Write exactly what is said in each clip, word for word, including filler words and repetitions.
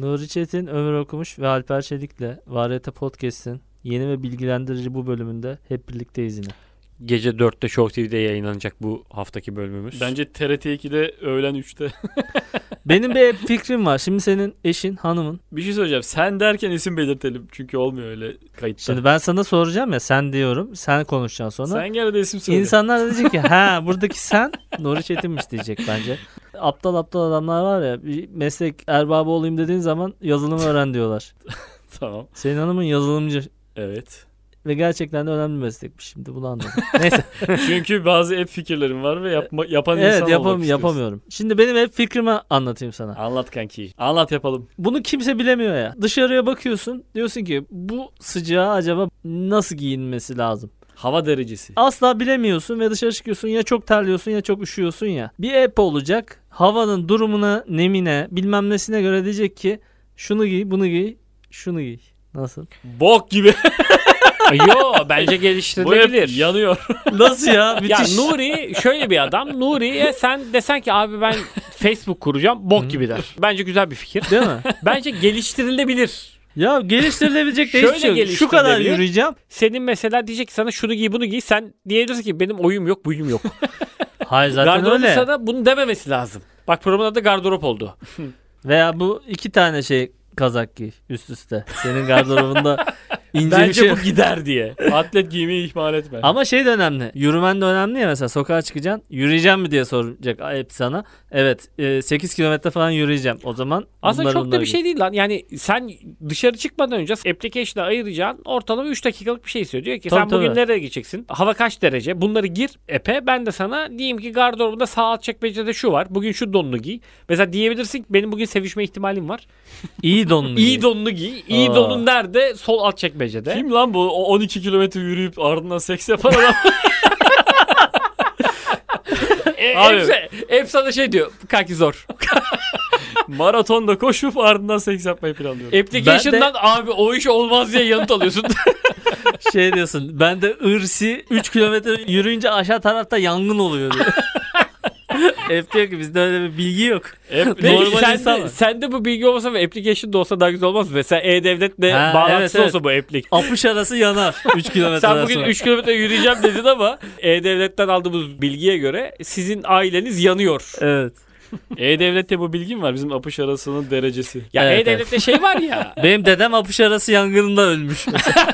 Nuri Çetin, Ömür Okumuş ve Alper Çelik'le Varyete Podcast'in yeni ve bilgilendirici bu bölümünde hep birlikteyiz yine. Gece dörtte Show T V'de yayınlanacak bu haftaki bölümümüz. Bence T R T ikide öğlen üçte. Benim bir fikrim var. Şimdi senin eşin, hanımın. Bir şey söyleyeceğim. Sen derken isim belirtelim. Çünkü olmuyor öyle kayıtta. Şimdi ben sana soracağım ya, sen diyorum. Sen konuşacaksın sonra. Sen gene de isim söyle. İnsanlar da diyecek ki ha buradaki sen Nuri Çetin'miş diyecek bence. Aptal aptal adamlar var ya, bir meslek erbabı olayım dediğin zaman yazılım öğren diyorlar. Tamam. Senin hanımın yazılımcı. Evet. Ve gerçekten de önemli bir meslekmiş. Şimdi bunu anladım. Neyse. Çünkü bazı app fikirlerim var ve yapma, yapan evet, insan yapam- olmak istiyorsun. yapamıyorum. Şimdi benim hep fikrimi anlatayım sana. Anlat kanki. Anlat yapalım. Bunu kimse bilemiyor ya. Dışarıya bakıyorsun. Diyorsun ki bu sıcağa acaba nasıl giyinmesi lazım? Hava derecesi. Asla bilemiyorsun ve dışarı çıkıyorsun, ya çok terliyorsun ya çok üşüyorsun ya. Bir app olacak. Havanın durumuna, nemine, bilmem nesine göre diyecek ki şunu giy, bunu giy, şunu giy. Nasıl? Bok gibi. Yo bence Bu app geliştirilebilir. yanıyor. Nasıl ya? Ya Müthiş. Nuri şöyle bir adam. Nuri'ye sen desen ki abi ben Facebook kuracağım, bok gibi der. Bence güzel bir fikir. Değil mi? Bence geliştirilebilir. Ya geliştirilebilecek de Şöyle hiçbir şey yok. Şu kadar geliştirilebilir. yürüyeceğim. Senin mesela diyecek ki sana şunu giy bunu giy. Sen diyebilirsin ki benim oyum yok buyum yok. Hayır zaten Gardırop öyle. sana bunu dememesi lazım. Bak programın adı gardırop oldu. Veya bu iki tane şey kazak giy üst üste. Senin gardırobunda ince Bence bir şey bu gider diye. Atlet giymeyi ihmal etme. Ama şey de önemli. Yürümen de önemli ya, mesela sokağa çıkacaksın. Yürüyeceğim mi diye soracak hep sana. Evet, sekiz kilometre falan yürüyeceğim. O zaman Aslında bunlar, çok da bunlar bir giy. şey değil lan. Yani sen dışarı çıkmadan önce application'a ayıracağın ortalama üç dakikalık bir şey istiyor. Diyor ki Tabii, sen bugün tabii. nereye gideceksin? Hava kaç derece? Bunları gir app'e. Ben de sana diyeyim ki gardırobunda sağ alt çekmecede şu var. Bugün şu donunu giy. Mesela diyebilirsin ki benim bugün sevişme ihtimalim var. İyi donlu İyi giy. donunu giy. İyi Aa. donun nerede? Sol alt çekmecede. Kim lan bu? O on iki kilometre yürüyüp ardından seks yapan adam. E, Abi. hep, hep sana şey diyor. Kanki zor. Maratonda koşup ardından seks yapmayı planlıyorum. Application'dan abi o iş olmaz diye yanıt alıyorsun. Şey diyorsun, ben de ırsi üç kilometre yürüyünce aşağı tarafta yangın oluyor diyor. Hep diyor ki bizde öyle bir bilgi yok. Hep Ve Normal sen insan de, var. sen de bu bilgi olmasa ve application da olsa daha güzel olmaz mı? Mesela E-Devlet'le Ha, bağlantısı evet, olsa bu applik. Apış arası yanar üç kilometre Sen sonra. bugün üç kilometre yürüyeceğim dedin ama E-Devlet'ten aldığımız bilgiye göre sizin aileniz yanıyor. Evet. E-Devlet'te bu bilgim var. Bizim apış arasının derecesi. Ya Evet, E-Devlet'te şey var ya. Benim dedem apış arası yangınında ölmüş mesela.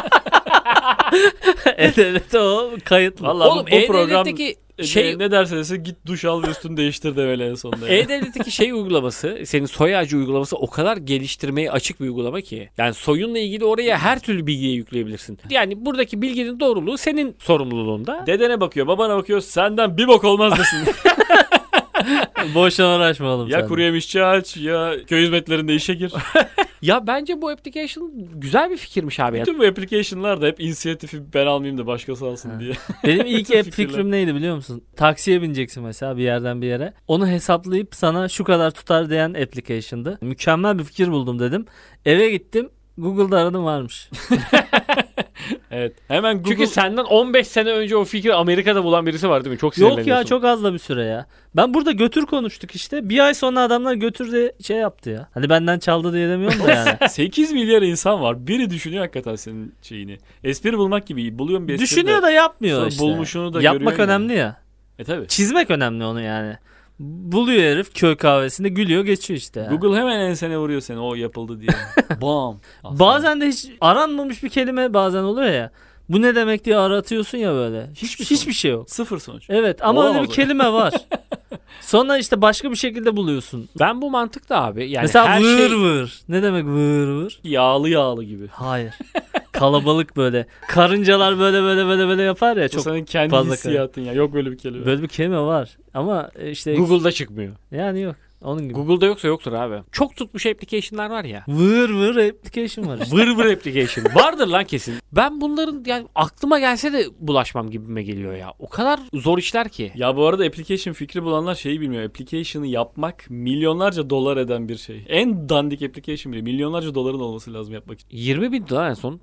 E-Devlet'te o kayıt mı? Vallahi Oğlum bu, bu program E-Devlet'teki şey... şey ne, ne derse desin git duş al ve üstünü değiştir de öyle en sonunda. Yani. E-Devlet'teki şey uygulaması, senin soy ağacı uygulaması o kadar geliştirmeye açık bir uygulama ki. Yani soyunla ilgili oraya her türlü bilgiyi yükleyebilirsin. Yani buradaki bilginin doğruluğu senin sorumluluğunda. Dedene bakıyor, babana bakıyor. Senden bir bok olmaz desin. Boşuna uğraşmayalım Ya sen. kuru yemişçi aç ya köy hizmetlerinde işe gir. Ya bence bu application güzel bir fikirmiş abi ya. Bütün bu application'lar da hep inisiyatifi ben almayayım da başkası alsın Ha. diye. Benim ilk Bütün hep fikirler. fikrim neydi biliyor musun? Taksiye bineceksin mesela bir yerden bir yere. Onu hesaplayıp sana şu kadar tutar diyen application'dı. Mükemmel bir fikir buldum dedim. Eve gittim. Google'da aradım, varmış. Evet. Hemen Google... Çünkü senden on beş sene önce o fikri Amerika'da bulan birisi var değil mi? Çok Yok sinirleniyorsun. ya, çok az da bir süre ya. Ben burada götür konuştuk işte. Bir ay sonra adamlar götür de şey yaptı ya. Hani benden çaldı diye demiyorum da yani. sekiz milyar insan var. Biri düşünüyor hakikaten senin şeyini. Espri bulmak gibi. Buluyorum bir espri Düşünüyor de. da yapmıyor Sonra işte. bulmuşunu da Yapmak görüyorsun önemli ya. E tabi. Çizmek önemli onu yani. Buluyor herif köy kahvesinde, gülüyor geçiyor işte. Yani. Google hemen ensene vuruyor seni o yapıldı diye. Bam. Aslında. Bazen de hiç aranmamış bir kelime bazen oluyor ya. Bu ne demek diye aratıyorsun ya böyle. Hiçbir, hiçbir şey yok. Sıfır sonuç. Evet ama Olamaz öyle bir o. kelime var. Sonra işte başka bir şekilde buluyorsun. Ben bu mantıkla abi. Yani Mesela her vır şey... vır. Ne demek vır vır? Yağlı yağlı gibi. Hayır. Kalabalık böyle. Karıncalar böyle böyle böyle böyle yapar ya. O Çok senin kendi fazla hissiyatın ya. Yok böyle bir kelime. böyle bir kelime var. Ama işte Google'da çıkmıyor. yani yok. Onun gibi. Google'da yoksa yoktur abi. Çok tutmuş application'lar var ya. Vır vır application var işte. Vır vır application. Vardır lan kesin. Ben bunların yani aklıma gelse de bulaşmam gibime geliyor ya. O kadar zor işler ki. Ya bu arada application fikri bulanlar şeyi bilmiyor. Application'ı yapmak milyonlarca dolar eden bir şey. En dandik application bile milyonlarca doların olması lazım yapmak için. yirmi bin dolar en son.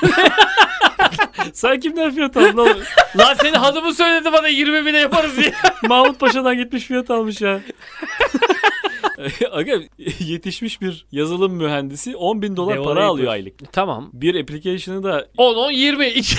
Sen kimden fiyat aldın oğlum? Lan senin hanımın söyledi bana yirmi bine yaparız diye. Mahmut Paşa'dan gitmiş fiyat almış ya. Aga yetişmiş bir yazılım mühendisi on bin dolar Developer. para alıyor aylık. Tamam. Bir application'ı da on on yirmi iki.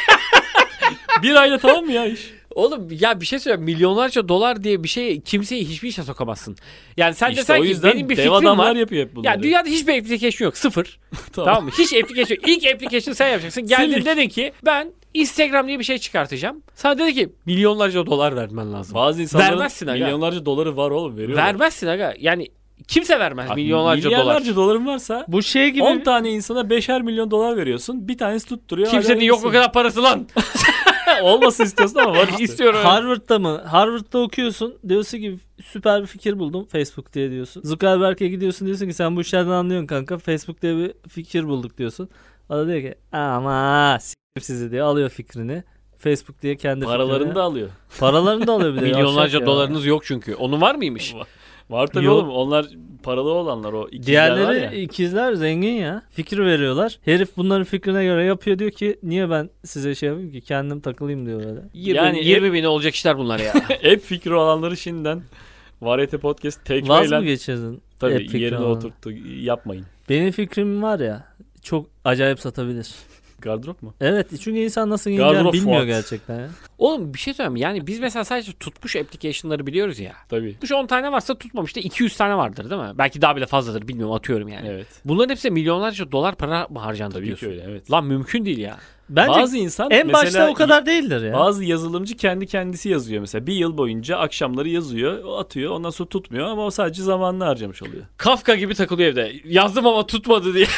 bir ayda tamam mı ya iş? Oğlum ya bir şey söyleyeyim. Milyonlarca dolar diye bir şey kimseyi hiçbir işe sokamazsın. Yani sen İşte desen o ki yüzden benim bir dev fikrim adamlar var. yapıyor hep bunları. Ya dünyada hiçbir application yok. Sıfır. Tamam mı? Hiç application yok. İlk application sen yapacaksın. Geldin Silik. dedin ki ben Instagram diye bir şey çıkartacağım. Sana dedi ki milyonlarca dolar vermen lazım. Bazı insanların Vermezsin aga. milyonlarca doları var oğlum, veriyorlar. Vermezsin aga. Yani kimse vermez Bak, milyonlarca, milyarlarca dolar. doların varsa Bu şey gibi on tane insana beşer milyon dolar veriyorsun. Bir tanesi tutturuyor. Kimsenin hala yok o iyisin. kadar parası lan. Olmasın istiyorsun ama var işte. İstiyorum. Harvard'da mı? Harvard'da okuyorsun. Diyorsun ki süper bir fikir buldum Facebook diye diyorsun. Zuckerberg'e gidiyorsun, diyorsun ki sen bu işlerden anlıyorsun kanka. Facebook diye bir fikir bulduk diyorsun. O da diyor ki ama s**tim sizi diye alıyor fikrini. Facebook diye kendi Paralarını fikrini. da alıyor. Paralarını da alıyor bir de. Milyonlarca yavşak ya. dolarınız yok çünkü. Onun var mıymış? Var tabii Yok. oğlum. Onlar paralı olanlar, o ikizler var Diğerleri ya. ikizler zengin ya. Fikir veriyorlar. Herif bunların fikrine göre yapıyor, diyor ki niye ben size şey yapayım ki, kendim takılayım diyor öyle. yirmi, Yani yirmi bin olacak işler bunlar ya. Hep fikri olanları şimdiden Variyete Podcast Vaz mı tekmeyle geçirdin? tabii Hep fikri yerine olan. oturttu. Yapmayın. Benim fikrim var ya, çok acayip satabilir. Gardırop mu? Evet, çünkü insan nasıl giyineceğini Gardırop bilmiyor Fuat. gerçekten ya. Oğlum bir şey söyleyeyim mi? Yani biz mesela sadece tutmuş application'ları biliyoruz ya. Tabii. Tutmuş on tane varsa tutmamış da iki yüz tane vardır değil mi? Belki daha bile fazladır, bilmiyorum, atıyorum yani. Evet. Bunların hepsi milyonlarca dolar para mı harcandı Tabii diyorsun? ki öyle, evet. Lan mümkün değil ya. Bence Bazı insan en mesela başta o kadar değildir ya. Bazı yazılımcı kendi kendisi yazıyor mesela. Bir yıl boyunca akşamları yazıyor, o atıyor. Ondan sonra tutmuyor ama o sadece zamanını harcamış oluyor. Kafka gibi takılıyor evde. Yazdım ama tutmadı diye.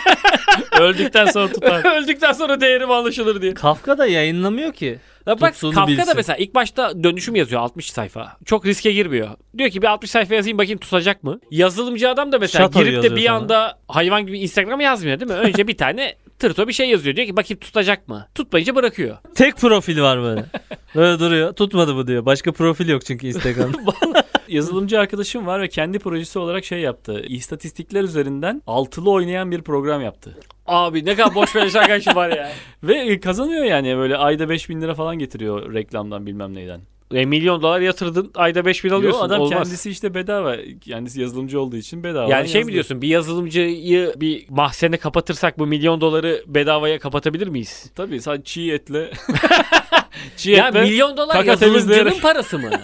Öldükten sonra tutar. Öldükten sonra değerim anlaşılır diye. Kafka da yayınlamıyor ki. Ya bak Tuttuğunu Kafka da bilsin. mesela ilk başta dönüşüm yazıyor altmış sayfa. Çok riske girmiyor. Diyor ki bir altmış sayfa yazayım bakayım tutacak mı? Yazılımcı adam da mesela Şato girip de yazıyor bir sana. anda hayvan gibi Instagram yazmıyor değil mi? Önce bir tane tırto bir şey yazıyor. Diyor ki bakayım tutacak mı? Tutmayınca bırakıyor. Tek profil var böyle. Böyle duruyor. Tutmadı bu diyor. Başka profil yok çünkü Instagram'da. Yazılımcı arkadaşım var ve kendi projesi olarak şey yaptı. İstatistikler üzerinden altılı oynayan bir program yaptı. Abi ne kadar boş beleş arkadaşım var ya. Ve kazanıyor yani, böyle ayda beş bin lira falan getiriyor reklamdan bilmem neyden. E, milyon dolar yatırdın ayda beş bin alıyorsun. Yo, adam Olmaz. kendisi işte bedava. Kendisi yazılımcı olduğu için bedava. Yani şey mi diyorsun, bir yazılımcıyı bir mahzene kapatırsak bu milyon doları bedavaya kapatabilir miyiz? Tabii sadece çiğ etle. çiğ Ya etle. milyon dolar kaka yazılımcının temizleyerek. parası mı?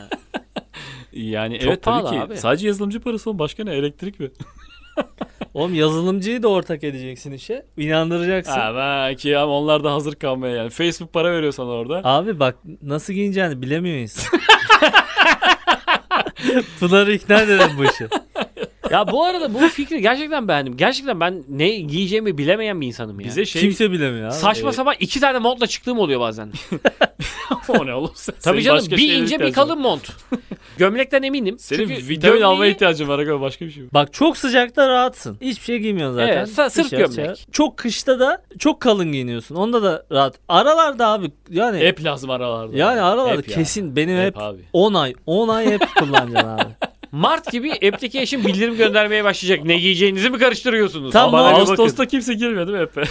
Yani Çok evet tabii pahalı ki. abi. Sadece yazılımcı parası mı? Başka ne? Elektrik mi? Oğlum yazılımcıyı da ortak edeceksin işe. İnandıracaksın. Ha belki ama onlar da hazır kalmaya yani. Facebook para veriyor sana orada. Abi bak nasıl giyineceğini bilemiyor insan. Pınar'ı ikna edelim bu işi. Ya bu arada bu fikri gerçekten beğendim. Gerçekten ben ne giyeceğimi bilemeyen bir insanım ya. Bize şey... Kimse bilemiyor abi. Saçma e- sapan iki tane montla çıktığım oluyor bazen. o ne oğlum sen? Tabii Senin canım başka bir şeylere ince bir ihtiyacın var. kalın mont. Gömlekten eminim. Senin Çünkü vitamin gömleği- almaya ihtiyacın var aga, başka bir şey yok. Bak çok sıcakta rahatsın. Hiçbir şey giymiyorsun zaten. Evet, sa- sırf Tişört, gömlek. şey. Çok kışta da çok kalın giyiniyorsun. Onda da rahat. Aralarda abi yani Hep lazım aralarda. yani aralarda Hep ya. kesin benim hep, Hep abi. on ay on ay hep kullanacaksın abi. Mart gibi application bildirim göndermeye başlayacak. Ne giyeceğinizi mi karıştırıyorsunuz? Tamam, Bana bir Ağustos'ta bakın. kimse girmiyor değil mi hep?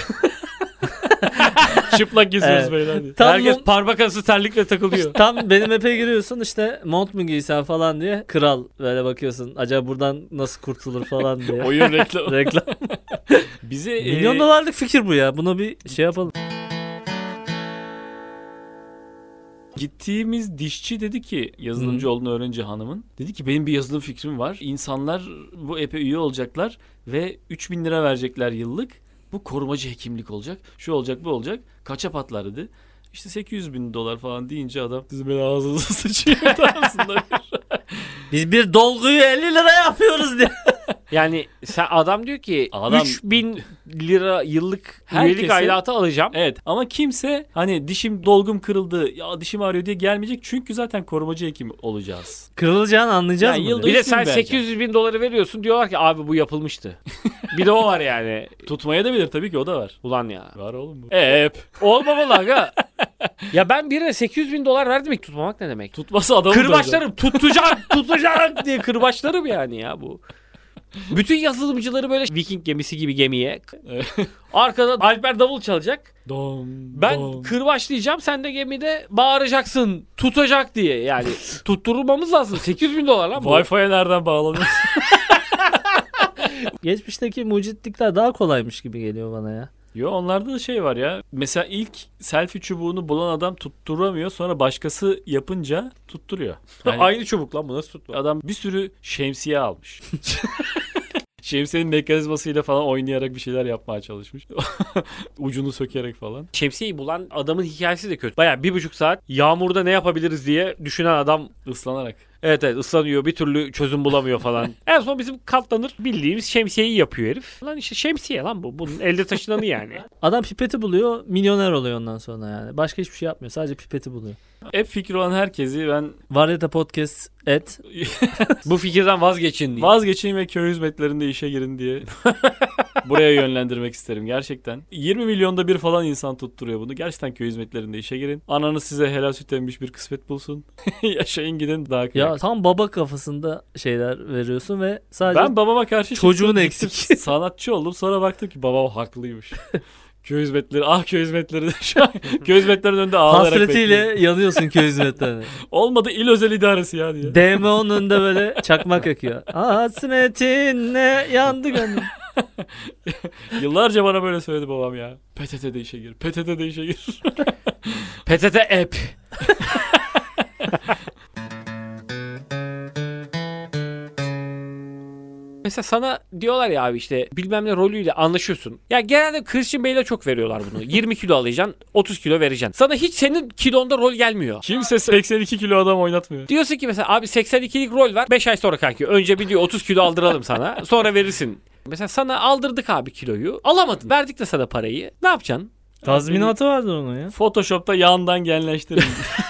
Çıplak geziyoruz Evet. beyler diye. Tam Herkes mont- parmak arası terlikle takılıyor. Tam benim app'e giriyorsun işte mont mu giysen falan diye. Kral böyle bakıyorsun. Acaba buradan nasıl kurtulur falan diye. Oyun reklam. Reklam. Bize Milyon e, dolarlık fikir bu ya. Buna bir şey yapalım. gittiğimiz dişçi dedi ki, yazılımcı olduğunu öğrenince hanımın. Dedi ki benim bir yazılım fikrim var. İnsanlar bu app'e üye olacaklar ve üç bin lira verecekler yıllık. Bu korumacı hekimlik olacak. Şu olacak, bu olacak. Kaça patlar dedi. İşte sekiz yüz bin dolar falan deyince adam siz beni ağzınıza sıçıyor tarzında. Biz bir dolguyu elli lira yapıyoruz diye. Yani sen adam diyor ki Adam- üç bin lira yıllık Herkese- üyelik aidatı alacağım. Evet ama kimse hani dişim dolgum kırıldı, ya dişim ağrıyor diye gelmeyecek. Çünkü zaten korumacı hekim olacağız. Kırılacağını anlayacağız Ya mı? yılda diye. Bir de üç bin sen vereceğim. sekiz yüz bin doları veriyorsun, diyorlar ki abi bu yapılmıştı. Bir de o var yani. Tutmaya da bilir tabii ki, o da var. Ulan ya. Var oğlum bu. E, hep. Olmamalı aga. Ya ben birine sekiz yüz bin dolar verdim, ilk tutmamak ne demek? Tutması adamı Kırbaçlarım tutacak tutacak diye kırbaçlarım yani ya bu. Bütün yazılımcıları böyle Viking gemisi gibi gemiye. Evet. Arkada Alper davul çalacak. Dom, Ben dom. kırbaçlayacağım, sen de gemide bağıracaksın tutacak diye. Yani tutturulmamız lazım. sekiz yüz bin dolar lan bu. Wi-Fi'ye nereden bağlanıyorsun? Geçmişteki mucitlikler daha kolaymış gibi geliyor bana ya. Yo, onlarda da şey var ya. Mesela ilk selfie çubuğunu bulan adam tutturamıyor. Sonra başkası yapınca tutturuyor. Yani Aynı çubuk lan bu nasıl tuttu? adam bir sürü şemsiye almış. Şemsiyenin mekanizmasıyla falan oynayarak bir şeyler yapmaya çalışmış. Ucunu sökerek falan. Şemsiyeyi bulan adamın hikayesi de kötü. Baya bir buçuk saat yağmurda ne yapabiliriz diye düşünen adam Islanarak. evet evet ıslanıyor, bir türlü çözüm bulamıyor falan. En son bizim katlanır bildiğimiz şemsiyeyi yapıyor herif. Lan işte şemsiye lan bu. Bunun elde taşınanı yani. Adam pipeti buluyor, milyoner oluyor ondan sonra yani. Başka hiçbir şey yapmıyor. Sadece pipeti buluyor. Hep fikri olan herkesi ben Varyete Podcast et. Bu fikirden vazgeçin diye. vazgeçeyim ve köy hizmetlerinde işe girin diye buraya yönlendirmek isterim gerçekten. yirmi milyonda bir falan insan tutturuyor bunu. Gerçekten köy hizmetlerinde işe girin. Ananız size helal süt emmiş bir kısmet bulsun. Yaşayın gidin daha kıyak. Ya tam baba kafasında şeyler veriyorsun ve sadece Ben babama karşı çocuğun çıktım, eksik. gittim, sanatçı oldum. Sonra baktım ki babam haklıymış. Köy hizmetleri, ah köy hizmetleri. Şu an köy hizmetlerinin önünde ağlayarak hasretiyle bekliyorum. yanıyorsun köy hizmetlerine. Olmadı il özel idaresi ya diye. D M O'nun önünde böyle çakmak yakıyor. Hasretinle yandı gönlüm. Yıllarca bana böyle söyledi babam ya. P T T'de işe gir. P T T'de işe gir. P T T app. Mesela sana diyorlar ya abi işte bilmem ne rolüyle anlaşıyorsun. Ya genelde Christian Bale'e çok veriyorlar bunu. yirmi kilo alacaksın, otuz kilo vereceksin. Sana hiç senin kilonda rol gelmiyor. Kimse seksen iki kilo adam oynatmıyor. Diyorsun ki mesela abi seksen ikilik rol ver. beş ay sonra kanki. Önce bir diyor otuz kilo aldıralım sana. Sonra verirsin. Mesela sana aldırdık abi kiloyu. Alamadın. Verdik de sana parayı. Ne yapacaksın? Tazminatı vardır onun ya. Photoshop'ta yandan genleştirin.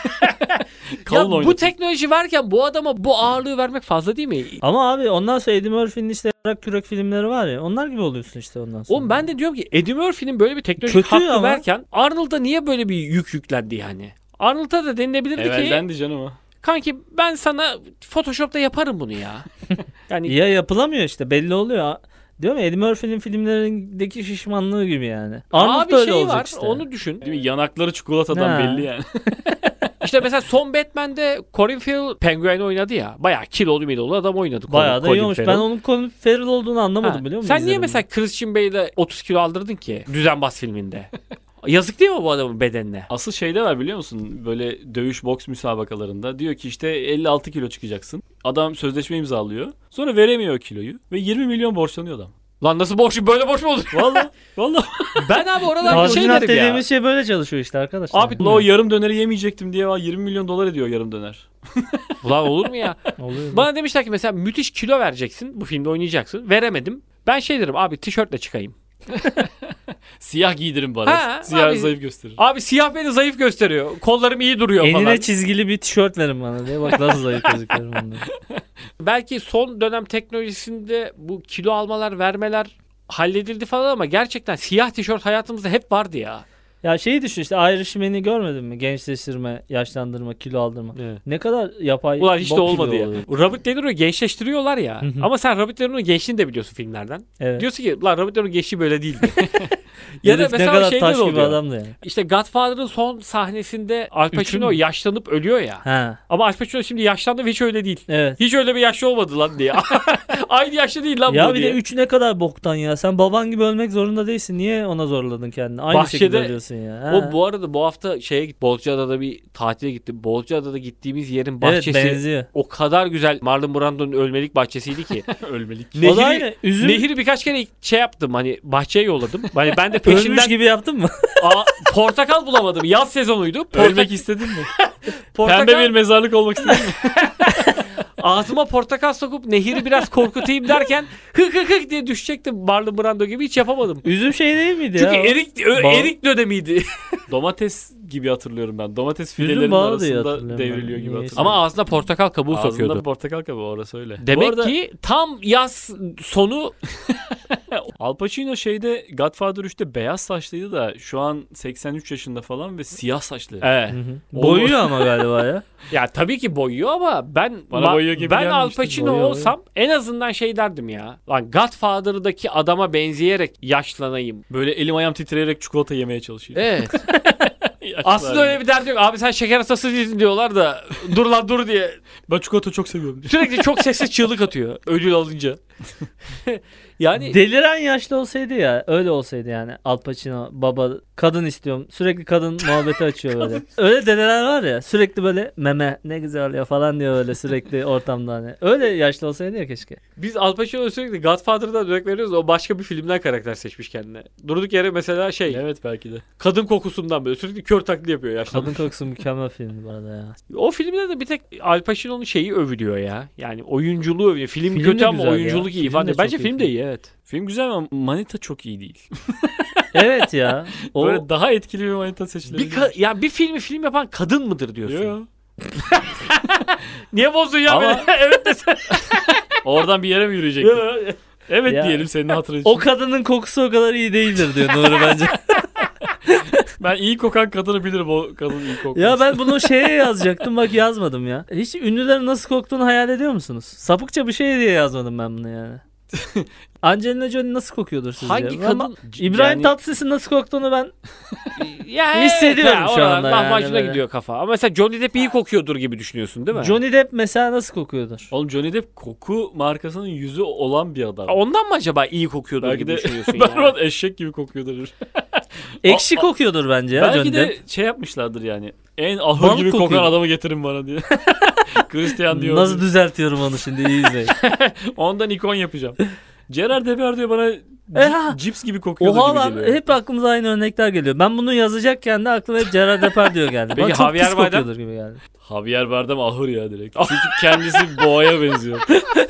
Ya Kalın bu oynatın. teknoloji varken bu adama bu ağırlığı vermek fazla değil mi? Ama abi ondan sonra Eddie Murphy'nin işte yarak kürek filmleri var ya. Onlar gibi oluyorsun işte ondan sonra. Oğlum ben de diyorum ki Eddie Murphy'nin böyle bir teknolojik Kötü hakkı ama. verken Arnold'a niye böyle bir yük yüklendi yani? Arnold'a da denilebilirdi ki Evveldendi canım o. kanki ben sana Photoshop'ta yaparım bunu ya. Yani Ya yapılamıyor işte belli oluyor. Diyorum ya Eddie Murphy'nin filmlerindeki şişmanlığı gibi yani. Arnold abi da öyle şey olacak var işte. onu düşün. Değil mi? Yanakları çikolatadan Ha. belli yani. İşte mesela son Batman'de Colin Farrell Penguin oynadı ya. Bayağı kilolu milolu adam oynadı. Bayağı da Colin iyi olmuş. Farrell. Ben onun Colin Farrell olduğunu anlamadım Ha, biliyor musun? Sen niye İzledim mesela Christian Bale'e otuz kilo aldırdın ki düzenbaz filminde? Yazık değil mi bu adamın bedenine? Asıl şeyde var biliyor musun? Böyle dövüş boks müsabakalarında. Diyor ki işte elli altı kilo çıkacaksın. Adam sözleşme imzalıyor. Sonra veremiyor o kiloyu. Ve yirmi milyon borçlanıyor adam. Lan nasıl borç böyle borç mu olur? Vallahi vallahi. Ben abi oralarda şey Tazminat derim ya. dediğimiz şey böyle çalışıyor işte arkadaşlar. Abi o yarım döneri yemeyecektim diye yirmi milyon dolar ediyor yarım döner. Ulan olur mu ya? Oluyor. Bana demişler ki mesela müthiş kilo vereceksin. Bu filmde oynayacaksın. Veremedim. Ben şey derim abi tişörtle çıkayım. Siyah giydirin bana. Ha, Siyah abi- zayıf gösterir. Abi siyah beni zayıf gösteriyor. Kollarım iyi duruyor Enine falan. çizgili bir tişört verin bana diye. Bak nasıl zayıf gözüküyorum ondan. Belki son dönem teknolojisinde bu kilo almalar vermeler halledildi falan ama gerçekten siyah tişört hayatımızda hep vardı ya. Ya şeyi düşün işte Irishman'i görmedin mi? Gençleştirme, yaşlandırma, kilo aldırma. Evet. Ne kadar yapay Ulan hiç de bok olmadı gibi ya. oluyor. Robert De Niro'yu gençleştiriyorlar ya. Hı hı. Ama sen Robert De Niro'nun gençliğini de biliyorsun filmlerden. Evet. Diyorsun ki lan Robert De Niro'nun gençliği böyle değildi. ya da Herif ne mesela kadar şeyde taş de gibi oluyor. adamdı yani. İşte Godfather'ın son sahnesinde Al Üçü Pacino mü? yaşlanıp ölüyor ya. Ha. Ama Al Pacino şimdi yaşlandı ve hiç öyle değil. Evet. Hiç öyle bir yaşlı olmadı lan diye. Aynı yaşlı değil lan Ya bu bir diye. de üç ne kadar boktan ya. Sen baban gibi ölmek zorunda değilsin. Niye ona zorladın kendini? Aynı Bahçede- şekilde ölüyorsun ya. Ha. O bu arada bu hafta şeye git Bozcaada'da bir tatile gittim. Bozcaada'da gittiğimiz yerin Evet bahçesi benziyor. o kadar güzel Marlon Brando'nun ölmelik bahçesiydi ki. Ölmelik. O da Nehiri, aynı. Üzüm nehiri birkaç kere şey yaptım hani bahçeye yolladım. Hani ben de ölmüş peşinden gibi yaptın mı? Aa, portakal bulamadım. Yaz sezonuydu. Portak, Ölmek istedin mi? portakal, Pembe bir mezarlık olmak istedin mi? ağzıma portakal sokup nehiri biraz korkutayım derken hık hık hık diye düşecektim Marlon Brando gibi hiç yapamadım. Üzüm şey değil miydi Çünkü ya? erik ö- Bal- erik dönemiydi. Domates gibi hatırlıyorum ben. Domates Üzüm fidelerinin bağı diye arasında hatırlıyorum devriliyor ben. gibi Niyeyse. hatırlıyorum. Ama ağzına portakal kabuğu Ağzında sokuyordu. portakal kabuğu orası öyle. Bu Demek arada ki tam yaz sonu Al Pacino şeyde Godfather üçte beyaz saçlıydı da şu an seksen üç yaşında falan ve siyah saçlı. evet. Hı hı. Boyuyor ama galiba ya. Ya tabii ki boyuyor ama ben Bana ma- boyuyor gibi ben Al gelmemişti. Pacino Boyuyor, olsam en azından şey derdim ya. Lan Godfather'daki adama benzeyerek yaşlanayım. Böyle elim ayağım titreyerek çikolata yemeye çalışıyor. Evet. Yaşlı Aslında hali. öyle bir derdi yok. Abi sen şeker hastası değilsin diyorlar da dur lan dur diye. Ben çikolata çok seviyorum diyor. Sürekli çok sessiz çığlık atıyor ödül alınca. Yani Deliren yaşlı olsaydı ya, öyle olsaydı yani. Al Pacino baba kadın istiyorum. Sürekli kadın muhabbeti açıyor böyle. Öyle dedeler var ya, sürekli böyle meme ne güzel ya falan diyor öyle sürekli ortamda hani. Öyle yaşlı olsaydı ya keşke. biz Al Pacino'ya sürekli Godfather'dan örnek veriyoruz. O başka bir filmden karakter seçmiş kendine. Durduk yere mesela şey Evet belki de. kadın kokusundan böyle sürekli kör taklidi yapıyor yaşlı. Kadın kokusu mükemmel filmdi bu arada ya. O filmde de bir tek Al Pacino'nun şeyi övülüyor ya. Yani oyunculuğu övülüyor. Film, Film kötü de ama güzel ya. oyunculuk iyi Film falan. de Bence çok iyi film de film. iyi evet. Film güzel ama manita çok iyi değil. Evet ya. O Böyle daha etkili bir manita seçilebilir. Bir ka- ya bir filmi film yapan kadın mıdır diyorsun? Yo. Niye bozdun ya Ama- beni? Evet desene. Oradan bir yere mi yürüyecek? Evet Ya. diyelim senin hatırın için. o kadının kokusu o kadar iyi değildir diyor Nuri bence. Ben iyi kokan kadını bilirim o kadın iyi kokmaz. Ya ben bunu şeye yazacaktım bak yazmadım ya. Hiç ünlülerin nasıl koktuğunu hayal ediyor musunuz? Sapıkça bir şey diye yazmadım ben bunu yani. Angelina Jolie nasıl kokuyordur sizce? Hangi Ama kadın? İbrahim Yani- Tatlıses'in nasıl koktuğunu ben Ya hissediyorum evet, şu oralar anda yani lahmacuna böyle. gidiyor kafa. Ama mesela Johnny Depp iyi kokuyordur gibi düşünüyorsun değil mi? Johnny Depp mesela nasıl kokuyordur? Oğlum Johnny Depp koku markasının yüzü olan bir adam. Ondan mı acaba iyi kokuyordur Belki gibi de düşünüyorsun yani? berbat eşek gibi kokuyordur. Ekşi kokuyordur bence ya Belki Johnny de Depp. şey yapmışlardır yani. En ahır Balık gibi kokan kokuyor. adamı getirin bana diye. Christian diyor. Nasıl düzeltiyorum onu şimdi iyi izleyin. Ondan ikon yapacağım. Gerard Depardieu bana E ha. c- cips gibi kokuyordu Oha gibi lan geliyor. hep aklımıza aynı örnekler geliyor. Ben bunu yazacakken de aklıma hep Gerard Depardieu geldi. Peki Bana çok Javier pis Bardem? kokuyordur gibi geldi. Javier Bardem ahır ya direkt. Çünkü kendisi boğaya benziyor.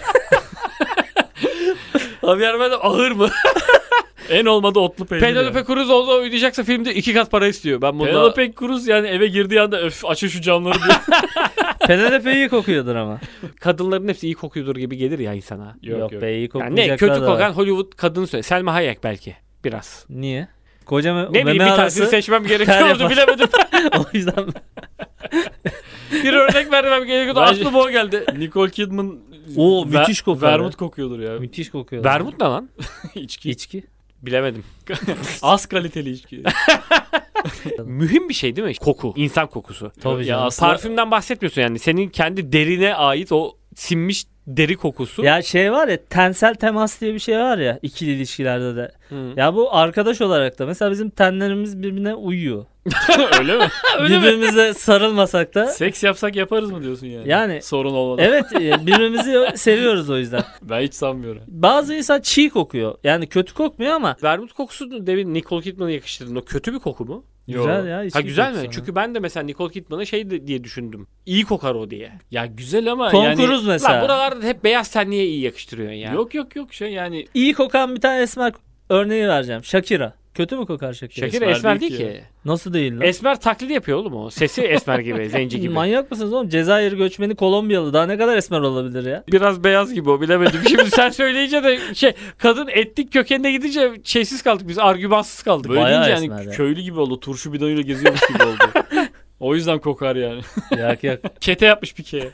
Javier Bardem ahır mı? En olmadı otlu peynir. Penelope yani. Cruz olsa oynayacaksa filmde iki kat para istiyor. Ben bunu Penelope Cruz yani eve girdiği anda öf açın şu camları diyor. Penelope iyi kokuyordur ama. kadınların hepsi iyi kokuyordur gibi gelir ya insana. Yok, be iyi Yani kokmayacaklar ne kötü da var. kokan Hollywood kadını söyle. Selma Hayek belki biraz. Niye? Koca me- Ne bileyim bir meme tanesini arası seçmem ter gerekiyordu yapar. bilemedim. o yüzden bir örnek vermem gerekiyordu. Bence- Aklıma o geldi. Nicole Kidman Oo, ver- müthiş kokuyor Vermut kokuyordur ya. müthiş kokuyor. Vermut ne lan? İçki. İçki. Bilemedim. Az kaliteli içki. Mühim bir şey değil mi? Koku. İnsan kokusu. Tabii Ya canım. aslında- Parfümden bahsetmiyorsun yani. Senin kendi derine ait o sinmiş deri kokusu. Ya şey var ya tensel temas diye bir şey var ya ikili ilişkilerde de. Hı. Ya bu arkadaş olarak da mesela bizim tenlerimiz birbirine uyuyor. Öyle mi? Birbirimize sarılmasak da. Seks yapsak yaparız mı diyorsun yani? Yani- Sorun olmadan. Evet e, birbirimizi seviyoruz o yüzden. Ben hiç sanmıyorum. Bazı insan çiğ kokuyor. Yani kötü kokmuyor ama Vermut kokusunu demin Nicole Kidman'a yakıştırdın. O kötü bir koku mu? güzel ya. Ha içki güzel mi? kokusu. Çünkü ben de mesela Nicole Kidman'a şey de- diye düşündüm. İyi kokar o diye. Ya güzel ama Tom yani... Cruise mesela. Lan buralarda hep beyaz tenliğe iyi yakıştırıyorsun ya. Yok yok yok şey yani... İyi kokan bir tane esmer örneği vereceğim. Shakira. Kötü mü kokar Shakira? Şakir Esmer esmer, değil değil ki. ki. Nasıl değil lan? Esmer taklidi yapıyor oğlum o. Sesi esmer gibi, zenci gibi. Manyak mısınız oğlum? Cezayir göçmeni Kolombiyalı. Daha ne kadar esmer olabilir ya? Biraz beyaz gibi o bilemedim. Şimdi sen söyleyince de şey kadın etnik kökenine gidince şeysiz kaldık biz argümansız kaldık. Böyle Bayağı deyince esmer yani ya. köylü gibi oldu. Turşu bidonuyla geziyormuş gibi oldu. O yüzden kokar yani. Yak yak. Kete yapmış pikeye.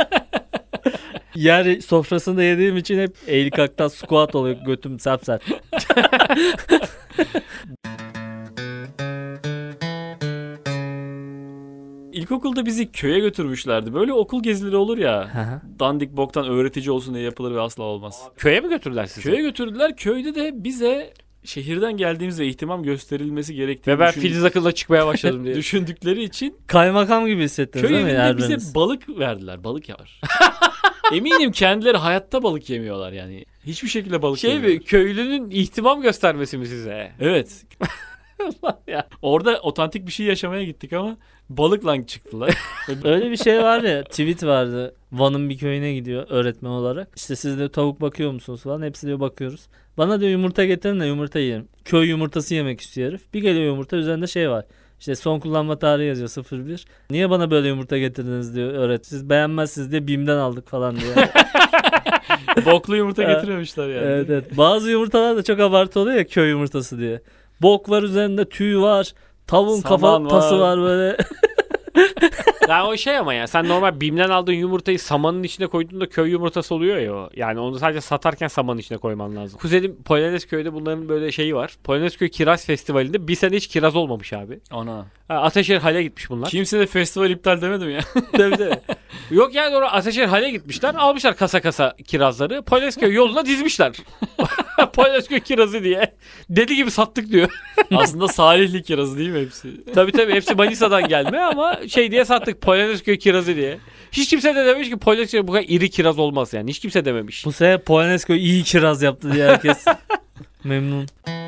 Yer sofrasında yediğim için hep eğil kalktan squat oluyor. Götüm sapsar. İlkokulda bizi köye götürmüşlerdi. Böyle okul gezileri olur ya. Dandik boktan öğretici olsun diye yapılır ve asla olmaz. Köye mi götürdüler sizi? Köye götürdüler. Köyde de bize şehirden geldiğimiz ve ihtimam gösterilmesi gerektiğini Ve ben düşün- Filiz akılla çıkmaya başladım diye. düşündükleri için Kaymakam gibi hissettiniz köy değil mi? evinde her bize biriniz? balık verdiler. Balık var. Eminim kendileri hayatta balık yemiyorlar yani. Hiçbir şekilde balık Şey yemiyorlar. mi köylünün ihtimam göstermesi mi size? Evet. ya. Orada otantik bir şey yaşamaya gittik ama balıkla çıktılar. Öyle bir şey var ya, tweet vardı. Van'ın bir köyüne gidiyor öğretmen olarak. İşte siz de tavuk bakıyor musunuz falan. Hepsi diyor bakıyoruz. Bana diyor yumurta getirin de yumurta yiyelim. Köy yumurtası yemek istiyor herif. Bir geliyor yumurta, üzerinde şey var. İşte son kullanma tarihi yazıyor sıfır bir. Niye bana böyle yumurta getirdiniz diyor öğret. Siz beğenmezsiniz diye BİM'den aldık falan diyor. Boklu yumurta getirmemişler yani. Evet evet. Bazı yumurtalar da çok abartı oluyor ya, köy yumurtası diye. Bok var üzerinde, tüy var. Tavuğun Saman kafa tası var. var böyle. Yani o şey ama ya sen normal BİM'den aldığın yumurtayı samanın içine koyduğunda köy yumurtası oluyor ya o. Yani onu sadece satarken samanın içine koyman lazım. Kuzenim Polonezköy'de bunların böyle şeyi var. Polonezköy Kiraz Festivali'nde bir sene hiç kiraz olmamış abi. Ana. Ha, Ataşehir Hal'e gitmiş bunlar. Kimse de festival iptal demedim ya. Tabii tabii. Yok yani oraya Ateşehir hale gitmişler. Almışlar kasa kasa kirazları. Polonezköy yoluna dizmişler. Polonezköy kirazı diye. Deli gibi sattık diyor. Aslında Salihli kirazı değil mi hepsi? Tabii tabii hepsi Manisa'dan gelme ama şey diye sattık. Polonezköy kirazı diye. Hiç kimse de dememiş ki Polonezköy bu kadar iri kiraz olmaz yani. Hiç kimse dememiş. Bu sene Polonezköy iyi kiraz yaptı diye herkes memnun.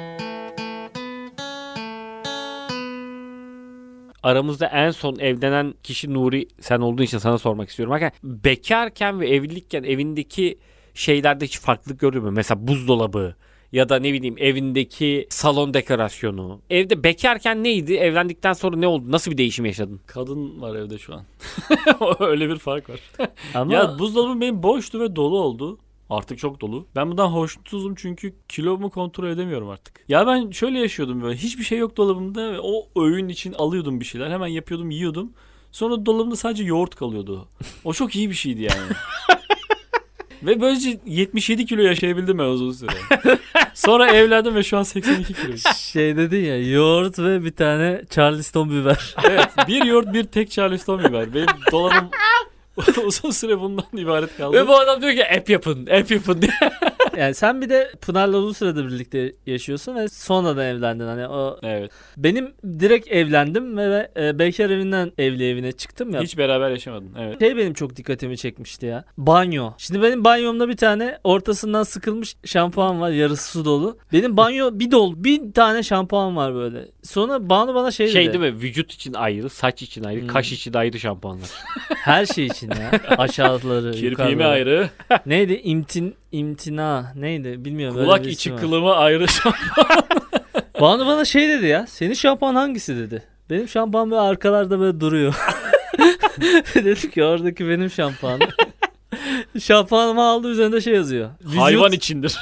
Aramızda en son evlenen kişi Nuri, sen olduğun için sana sormak istiyorum. Hakikaten bekarken ve evlilikken evindeki şeylerde hiç farklılık gördün mü? Mesela buzdolabı ya da ne bileyim evindeki salon dekorasyonu. Evde bekarken neydi? Evlendikten sonra ne oldu? Nasıl bir değişim yaşadın? Kadın var evde şu an. Öyle bir fark var. Ama Ya buzdolabım benim boştu ve dolu oldu. Artık çok dolu. Ben bundan hoşnutsuzum çünkü kilomu kontrol edemiyorum artık. Ya ben şöyle yaşıyordum böyle. Hiçbir şey yok dolabımda ve o öğün için alıyordum bir şeyler. Hemen yapıyordum, yiyordum. Sonra dolabımda sadece yoğurt kalıyordu. O çok iyi bir şeydi yani. Ve böylece yetmiş yedi kilo yaşayabildim ben uzun süre. Sonra evlendim ve şu an seksen iki kilo. şey dedin ya, yoğurt ve bir tane Charleston biber. Evet, bir yoğurt bir tek Charleston biber. Benim dolabım uzun süre bundan ibaret kaldı. Ve bu adam diyor ki app yapın, app yapın diye. Yani sen bir de Pınar'la uzun süredir birlikte yaşıyorsun ve sonradan evlendin. Hani o Evet. benim direkt evlendim ve e, bekar evinden evli evine çıktım ya. Hiç beraber yaşamadın. Evet. Şey benim çok dikkatimi çekmişti ya. Banyo. Şimdi benim banyomda bir tane ortasından sıkılmış şampuan var, yarısı su dolu. Benim banyo bir dolu. Bir tane şampuan var böyle. Sonra Banu bana şey, Şey dedi. değil mi? Vücut için ayrı, saç için ayrı, Hmm. kaş için ayrı şampuanlar. Her şey için ya. Aşağıları, Kirpiğime yukarıları. ayrı, Neydi? İmtin, imtina neydi? Bilmiyorum. öyle kulak bir içi isim var. kılımı ayrı. Banu bana şey dedi ya. Senin şampuan hangisi dedi. Benim şampuan böyle arkalarda böyle duruyor. Dedim ki oradaki benim şampuanım. Şampuanımı aldı, üzerinde şey yazıyor. Vücut, Hayvan içindir.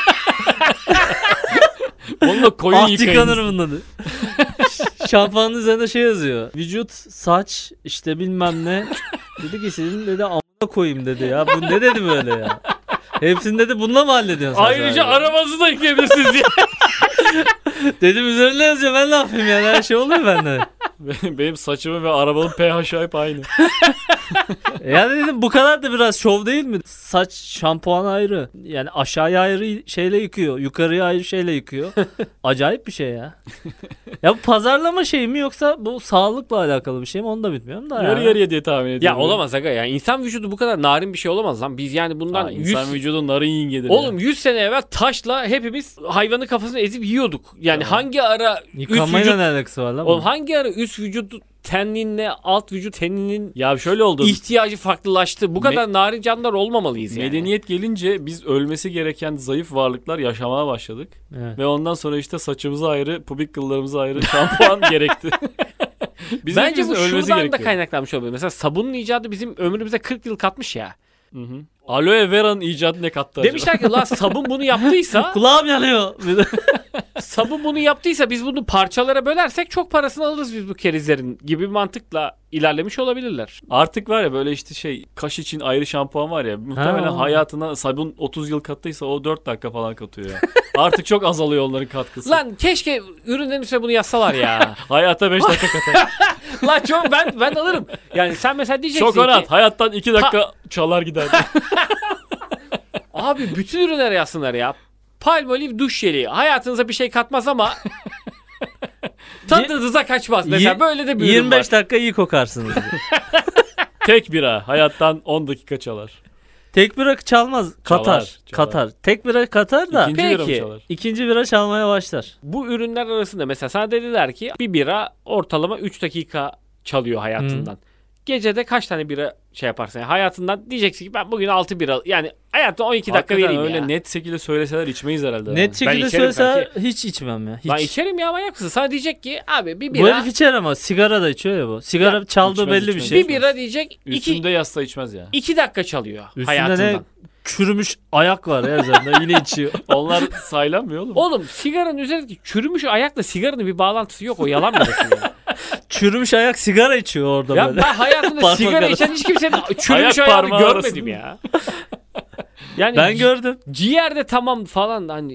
Onunla koyun ah yıkayın. yıkanır bunun dedi. Şampuanın üzerinde şey yazıyor. Vücut, saç, işte bilmem ne. Dedi ki senin dedi amına koyayım dedi ya. Bu ne dedi böyle ya. Hepsini dedi bununla mı hallediyorsun sen? Ayrıca sadece? arabanızı da yıkayabilirsiniz diye. Dedim üzerinde yazıyor, ben ne yapayım yani, her şey oluyor bende. Benim saçımın ve arabanın pH hep aynı. Yani dedim bu kadar da biraz şov değil mi? Saç şampuan ayrı. Yani aşağıya ayrı şeyle yıkıyor. Yukarıya ayrı şeyle yıkıyor. Acayip bir şey ya. Ya bu pazarlama şey mi yoksa bu sağlıkla alakalı bir şey mi onu da bilmiyorum da. Yarı ya. yarıya diye tahmin Ya ediyorum. olamaz aga ya. İnsan vücudu bu kadar narin bir şey olamaz lan. Biz yani bundan Ha, yüz... insan vücudu narın yengedir. Oğlum yüz sene evvel taşla hepimiz hayvanın kafasını ezip yiyorduk. Yani Tamam. hangi ara üst Yıkanmayla vücut... ne alakası var lan? Oğlum bunun? hangi ara üst vücut teninle alt vücut teninin Ya şöyle oldu. ihtiyacı farklılaştı. Bu kadar narin canlılar olmamalıyız yani. Medeniyet gelince biz ölmesi gereken zayıf varlıklar yaşamaya başladık. Evet. Ve ondan sonra işte saçımıza ayrı, pubik kıllarımıza ayrı şampuan gerekti. Bizim Bence bu ölmesi şuradan da gerekiyor. kaynaklanmış olabilir. Mesela sabunun icadı bizim ömrümüze kırk yıl katmış ya. Hı hı. Aloe vera'nın icadı ne kattı acaba? Demişler ki lan sabun bunu yaptıysa Kulağım yanıyor. Bir de- sabun bunu yaptıysa biz bunu parçalara bölersek çok parasını alırız biz bu kerizlerin gibi bir mantıkla ilerlemiş olabilirler. Artık var ya böyle işte şey kaş için ayrı şampuan var ya muhtemelen Ha. hayatına sabun otuz yıl kattıysa o dört dakika falan katıyor ya. Artık çok azalıyor onların katkısı. Lan keşke ürünlerin üstüne bunu yazsalar ya. Hayata beş dakika katar. Lan çok ben ben alırım. Yani sen mesela diyeceksin Çokonat ki hayattan iki dakika çalar giderdi. abi bütün ürünlere yazsınlar ya. Palmolive duş jeli hayatınıza bir şey katmaz ama tadınıza kaçmaz. Mesela Yi- böyle de bir ürün yirmi beş var. dakika iyi kokarsınız. Tek bira hayattan on dakika çalar. Tek bira çalmaz. Katar. Çalar, Katar. Tek bira katar da İkinci bira mı Peki. çalar? ikinci bira çalmaya başlar. Bu ürünler arasında mesela sana dediler ki bir bira ortalama üç dakika çalıyor hayatından. Gecede kaç tane bira şey yaparsın? Yani hayatından diyeceksin ki ben bugün altı bira yani hayatımda on iki dakika Hakikaten vereyim öyle ya. net şekilde söyleseler içmeyiz herhalde. Net yani. şekilde içerim söylese hiç içmem ya. Hiç. Ben içerim ya manyak mısın? Sana diyecek ki abi bir Bu bira herif içer ama sigara da içiyor ya bu. Sigara Ya, çaldığı içmez, belli bir içmez. şey. bir bira diyecek iki, Üstünde yazsa içmez ya. iki dakika çalıyor Üstünde hayatından. ne çürümüş ayak var ya üzerinde yine içiyor. Onlar saylanmıyor oğlum. Oğlum sigaranın üzerindeki çürümüş ayakla sigaranın bir bağlantısı yok. O yalan mı ya? Çürümüş ayak sigara içiyor orada Ya böyle. ben hayatımda Parmak sigara arası. içen hiç kimsenin çürümüş Ayak ayağını parmağı görmedim arasında. ya. Yani Ben ci- gördüm. ciğerde tamam falan hani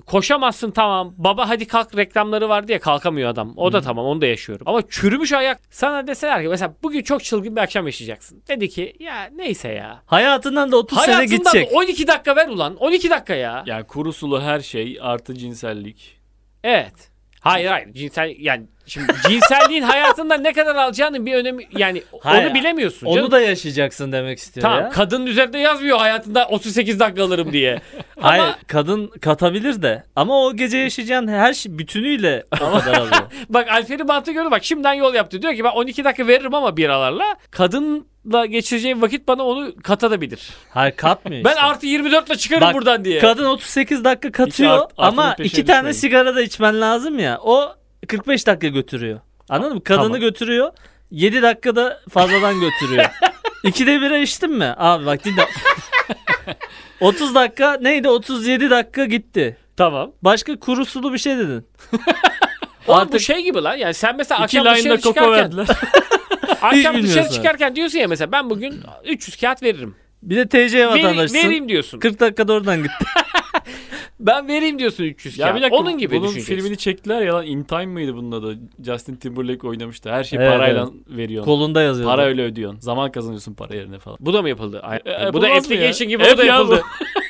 koşamazsın tamam. Baba hadi kalk reklamları vardı ya, kalkamıyor adam. O da tamam, onu da yaşıyorum. Ama çürümüş ayak, sana deseler ki mesela bugün çok çılgın bir akşam yaşayacaksın. Dedi ki ya neyse ya. Hayatından da otuz sene Hayatından gidecek. on iki dakika ver ulan. on iki dakika ya. Yani kuru sulu her şey artı cinsellik. Evet. Hayır hayır cinsel yani şimdi cinselliğin hayatında ne kadar alacağının bir önemi yani Hayır, onu bilemiyorsun Onu canım. da yaşayacaksın demek istiyor Tamam, ya. kadının üzerinde yazmıyor hayatında otuz sekiz dakika alırım diye. Hayır, Ama kadın katabilir de ama o gece yaşayacağın her şey bütünüyle o kadar alıyor. bak Alper'in mantığı gördü, bak şimdiden yol yaptı. Diyor ki ben on iki dakika veririm ama biralarla. Kadınla geçireceğim vakit bana onu katabilir. Hayır, katmıyor Ben işte. artı yirmi dört ile çıkarım Bak, buradan diye. Kadın otuz sekiz dakika katıyor art- artının ama peşine iki tane düşmeyin. sigara da içmen lazım ya. O kırk beş dakika götürüyor. Anladın mı? Kadını Tamam. götürüyor. yedi dakikada fazladan götürüyor. İkide bire içtin mi? Abi bak dinle. otuz dakika neydi? otuz yedi dakika gitti. Tamam. Başka kuru sulu bir şey dedin. Oğlum bu Artık şey gibi lan. Yani sen mesela İki akşam line'da dışarı koko çıkarken verdiler. akşam dışarı bilmiyorsun. çıkarken diyorsun ya mesela ben bugün üç yüz kağıt veririm. bir de T C Veri, vatandaşısın. vereyim diyorsun. kırk dakikada oradan gitti. Ben vereyim diyorsun üç yüz Ya kağıt. bir dakika, Onun gibi bunun düşüneceksin. filmini çektiler ya lan, In Time mıydı bunun adı? Justin Timberlake oynamıştı. Her şeyi Evet, parayla veriyorsun. Kolunda yazıyor. Para öyle ödüyorsun. Zaman kazanıyorsun para yerine falan. Bu da mı yapıldı? Ay- E, bu da yapılmaz mı ya? application gibi Hep bu da ya bu. yapıldı.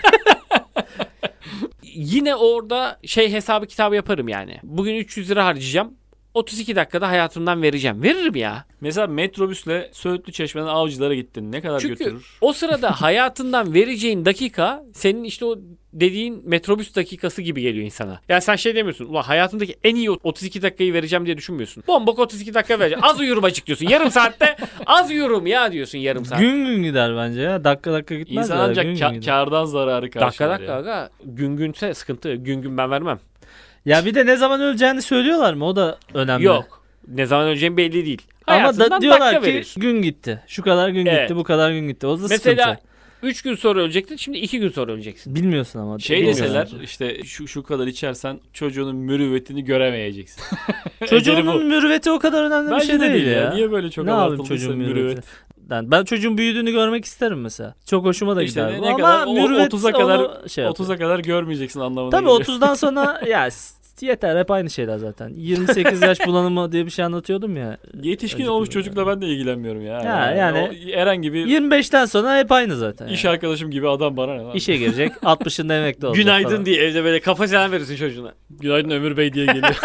Yine orada şey hesabı kitabı yaparım yani. Bugün üç yüz lira harcayacağım. otuz iki dakikada hayatımdan vereceğim. Veririm ya. Mesela metrobüsle Söğütlü Çeşme'den Avcılar'a gittin. Ne kadar Çünkü götürür? o sırada hayatından vereceğin dakika senin işte o dediğin metrobüs dakikası gibi geliyor insana. Yani sen şey demiyorsun. Ulan hayatımdaki en iyi otuz iki dakikayı vereceğim diye düşünmüyorsun. Bombok otuz iki dakika vereceğim. Az uyurum acık diyorsun. Yarım saatte az uyurum ya diyorsun yarım saat. Gün gün gider bence ya. Dakika dakika gitmez. İnsan ya, ancak gün gün ka- gider. kardan zararı karşılar. Dakika dakika ya. aga. Gün günse sıkıntı. Gün gün ben vermem. Ya bir de ne zaman öleceğini söylüyorlar mı? O da önemli. Yok. Ne zaman öleceğim belli değil. Ama Hayatından da diyorlar dakika ki veriyorsun. gün gitti. Şu kadar gün Evet. gitti, bu kadar gün gitti. O da Mesela sıkıntı. üç gün sonra ölecektin. Şimdi iki gün sonra öleceksin. Bilmiyorsun ama. Şey Bilmiyorsun. deseler işte şu şu kadar içersen çocuğunun mürüvvetini göremeyeceksin. Eceli Çocuğunun bu. mürüvveti o kadar önemli Bence bir şey de değil ya. Niye böyle çok ne yapayım abartıldıysa çocuğun mürüvvet? mürüvveti? Ben, ben çocuğun büyüdüğünü görmek isterim mesela. Çok hoşuma da İşte gider. ne- bu. ne Ama kadar- o- mürüvvet otuza kadar- onu şey yapıyor. otuza kadar görmeyeceksin anlamına Tabii geliyor. otuzdan sonra ya s- yeter, hep aynı şeyler zaten. yirmi sekiz yaş bulanımı diye bir şey anlatıyordum ya. Yetişkin Önceki olmuş bölümde. çocukla ben de ilgilenmiyorum ya. Ya yani- o herhangi bir yirmi beşten sonra hep aynı zaten. iş yani. arkadaşım gibi adam bana ne lan? İşe girecek, altmışında emekli olacak Günaydın falan. diye evde böyle kafa selam verirsin çocuğuna. Günaydın Ömür Bey diye geliyor.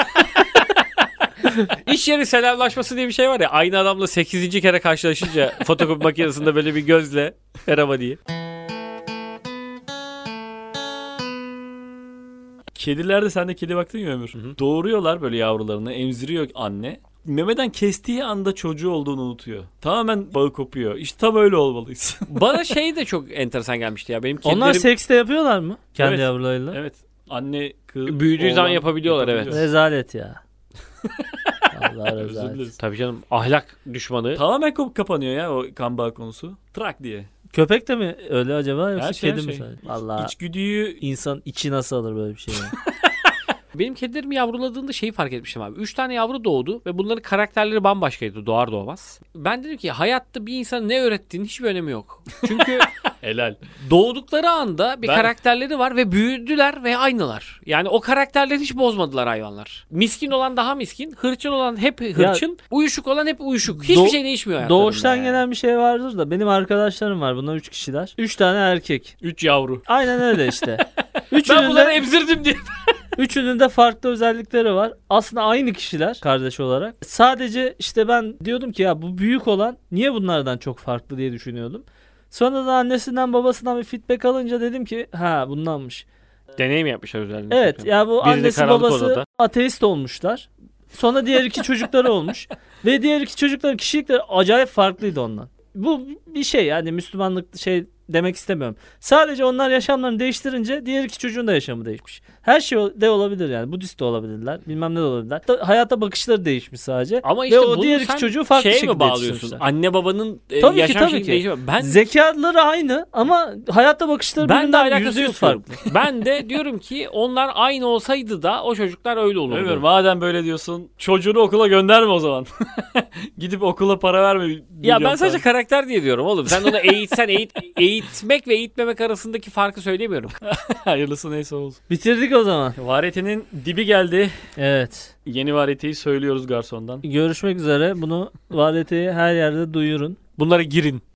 İş yeri selamlaşması diye bir şey var ya. Aynı adamla sekizinci kere karşılaşınca fotokopi makinesinde böyle bir gözle merhaba diye. Kedilerde, sen de kedi baktın ya Ömür. hı. Doğuruyorlar böyle yavrularını, emziriyor anne. Memeden kestiği anda çocuğu olduğunu unutuyor. Tamamen bağı kopuyor. İşte tam öyle olmalıyız. Bana şey de çok enteresan gelmişti ya. Benim kedilerim Onlar seks de yapıyorlar mı? Kendi Evet. yavrularıyla. Evet. Anne kız Büyüdüğü zaman oğlan yapabiliyorlar, evet. yapabiliyor. Rezalet ya. Allah Özür rezalet. dileriz. tabii canım ahlak düşmanı. Tamamen kop- kapanıyor ya o kan bağı konusu. Trak diye. Köpek de mi öyle acaba yoksa Her şey, kedi her mi şey. sadece? Allah, İçgüdüyü insan içi nasıl alır böyle bir şey ya? Benim kedilerim yavruladığında şeyi fark etmiştim abi. Üç tane yavru doğdu ve bunların karakterleri bambaşkaydı doğar doğmaz. Ben dedim ki hayatta bir insana ne öğrettiğinin hiçbir önemi yok. Çünkü helal. doğdukları anda bir Ben- karakterleri var ve büyüdüler ve aynılar. Yani o karakterleri hiç bozmadılar hayvanlar. Miskin olan daha miskin, hırçın olan hep hırçın, uyuşuk olan hep uyuşuk. Hiçbir Do- şey değişmiyor hayatlarında. Doğuştan yani. gelen bir şey vardır da benim arkadaşlarım var, bunlar üç kişiler. Üç tane erkek. Üç yavru. Aynen öyle işte. Ben Üçünün bunları de, emzirdim diye. üçünün de farklı özellikleri var. Aslında aynı kişiler kardeş olarak. Sadece işte ben diyordum ki ya bu büyük olan niye bunlardan çok farklı diye düşünüyordum. Sonra da annesinden babasından bir feedback alınca dedim ki ha bundanmış. Deney mi yapmışlar özellikle? Evet ya bu Biri de annesi karanlık babası odada. ateist olmuşlar. Sonra diğer iki çocukları olmuş. Ve diğer iki çocukların kişilikleri acayip farklıydı ondan. Bu bir şey yani Müslümanlık şey demek istemiyorum. Sadece onlar yaşamlarını değiştirince diğer iki çocuğun da yaşamı değişmiş. Her şey de olabilir yani. Budist de olabilirler. Bilmem ne de olabilirler. Da- hayata bakışları değişmiş sadece. Ama işte Ve o bunu diğer iki sen çocuğu farklı şeye şekilde mi bağlıyorsun? yetiştirmişler. Anne babanın e, Tabii ki, yaşam tabii şekli ki. değişiyor. Ben Zekaları aynı ama hayata bakışları ben de birbirinden alakası yüzde yüz yok farklı. diyorum. Ben de diyorum ki onlar aynı olsaydı da o çocuklar öyle olurdu. Ömür madem böyle diyorsun çocuğunu okula gönderme o zaman. Gidip okula para verme. Ya milyon ben sadece tane. karakter diye diyorum oğlum. Sen onu eğitsen eğit eğitmek ve eğitmemek arasındaki farkı söylemiyorum. Hayırlısı neyse olsun. Bitirdik o zaman. Variyetenin dibi geldi. Evet. Yeni variyeteyi söylüyoruz garsondan. Görüşmek üzere. Bunu variyeteyi her yerde duyurun. Bunlara girin.